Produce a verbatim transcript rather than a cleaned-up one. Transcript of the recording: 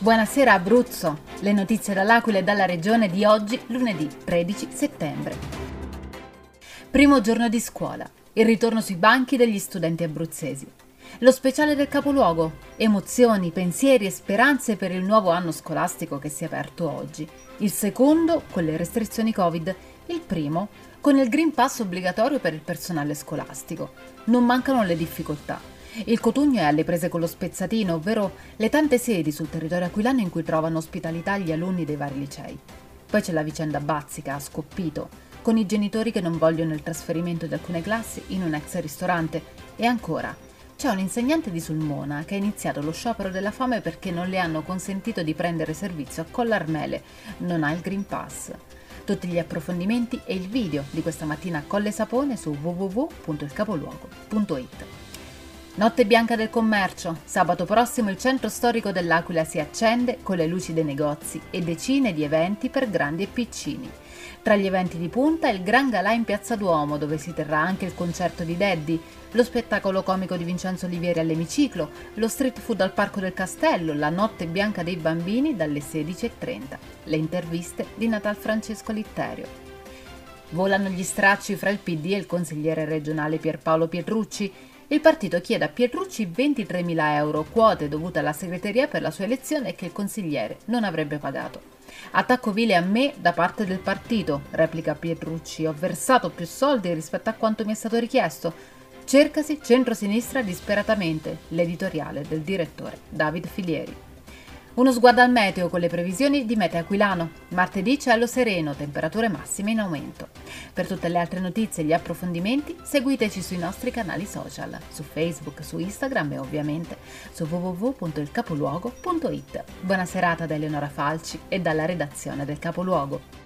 Buonasera Abruzzo, le notizie dall'Aquila e dalla regione di oggi, lunedì tredici settembre. Primo giorno di scuola, il ritorno sui banchi degli studenti abruzzesi. Lo speciale del capoluogo, emozioni, pensieri e speranze per il nuovo anno scolastico che si è aperto oggi. Il secondo con le restrizioni Covid, il primo con il Green Pass obbligatorio per il personale scolastico. Non mancano le difficoltà. Il Cotugno è alle prese con lo spezzatino, ovvero le tante sedi sul territorio aquilano in cui trovano ospitalità gli alunni dei vari licei. Poi c'è la vicenda Bazzica a Scoppito, con i genitori che non vogliono il trasferimento di alcune classi in un ex ristorante. E ancora, c'è un insegnante di Sulmona che ha iniziato lo sciopero della fame perché non le hanno consentito di prendere servizio a Collarmele, non ha il Green Pass. Tutti gli approfondimenti e il video di questa mattina a Colle Sapone su w w w punto il capoluogo punto i t. Notte bianca del commercio. Sabato prossimo il centro storico dell'Aquila si accende con le luci dei negozi e decine di eventi per grandi e piccini. Tra gli eventi di punta il Gran Galà in Piazza Duomo, dove si terrà anche il concerto di Daddy, lo spettacolo comico di Vincenzo Olivieri all'Emiciclo, lo street food al Parco del Castello, la notte bianca dei bambini dalle sedici e trenta, le interviste di Natal Francesco Litterio. Volano gli stracci fra il P D e il consigliere regionale Pierpaolo Pietrucci. Il partito chiede a Pietrucci ventitremila euro, quote dovute alla segreteria per la sua elezione che il consigliere non avrebbe pagato. Attacco vile a me da parte del partito, replica Pietrucci, ho versato più soldi rispetto a quanto mi è stato richiesto. Cercasi centrosinistra disperatamente, l'editoriale del direttore David Filieri. Uno sguardo al meteo con le previsioni di Meteo Aquilano. Martedì cielo sereno, temperature massime in aumento. Per tutte le altre notizie e gli approfondimenti seguiteci sui nostri canali social, su Facebook, su Instagram e ovviamente su w w w punto il capoluogo punto i t. Buona serata da Eleonora Falci e dalla redazione del Capoluogo.